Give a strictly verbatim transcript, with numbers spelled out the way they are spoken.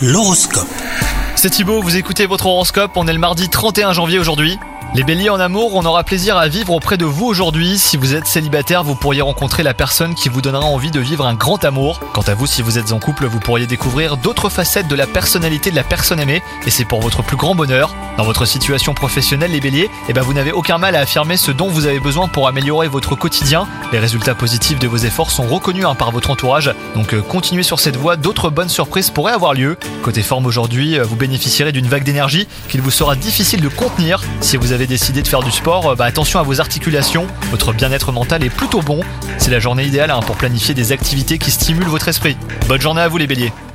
L'horoscope. C'est Thibaut, vous écoutez votre horoscope, on est le mardi trente et un janvier aujourd'hui. Les béliers en amour, on aura plaisir à vivre auprès de vous aujourd'hui. Si vous êtes célibataire, vous pourriez rencontrer la personne qui vous donnera envie de vivre un grand amour. Quant à vous, si vous êtes en couple, vous pourriez découvrir d'autres facettes de la personnalité de la personne aimée, et c'est pour votre plus grand bonheur. Dans votre situation professionnelle, les béliers, eh ben vous n'avez aucun mal à affirmer ce dont vous avez besoin pour améliorer votre quotidien. Les résultats positifs de vos efforts sont reconnus hein, par votre entourage, donc euh, continuez sur cette voie, d'autres bonnes surprises pourraient avoir lieu. Côté forme aujourd'hui, euh, vous bénéficierez d'une vague d'énergie qu'il vous sera difficile de contenir. Si vous avez décidé de faire du sport, bah attention à vos articulations, votre bien-être mental est plutôt bon. C'est la journée idéale hein, pour planifier des activités qui stimulent votre esprit. Bonne journée à vous les béliers.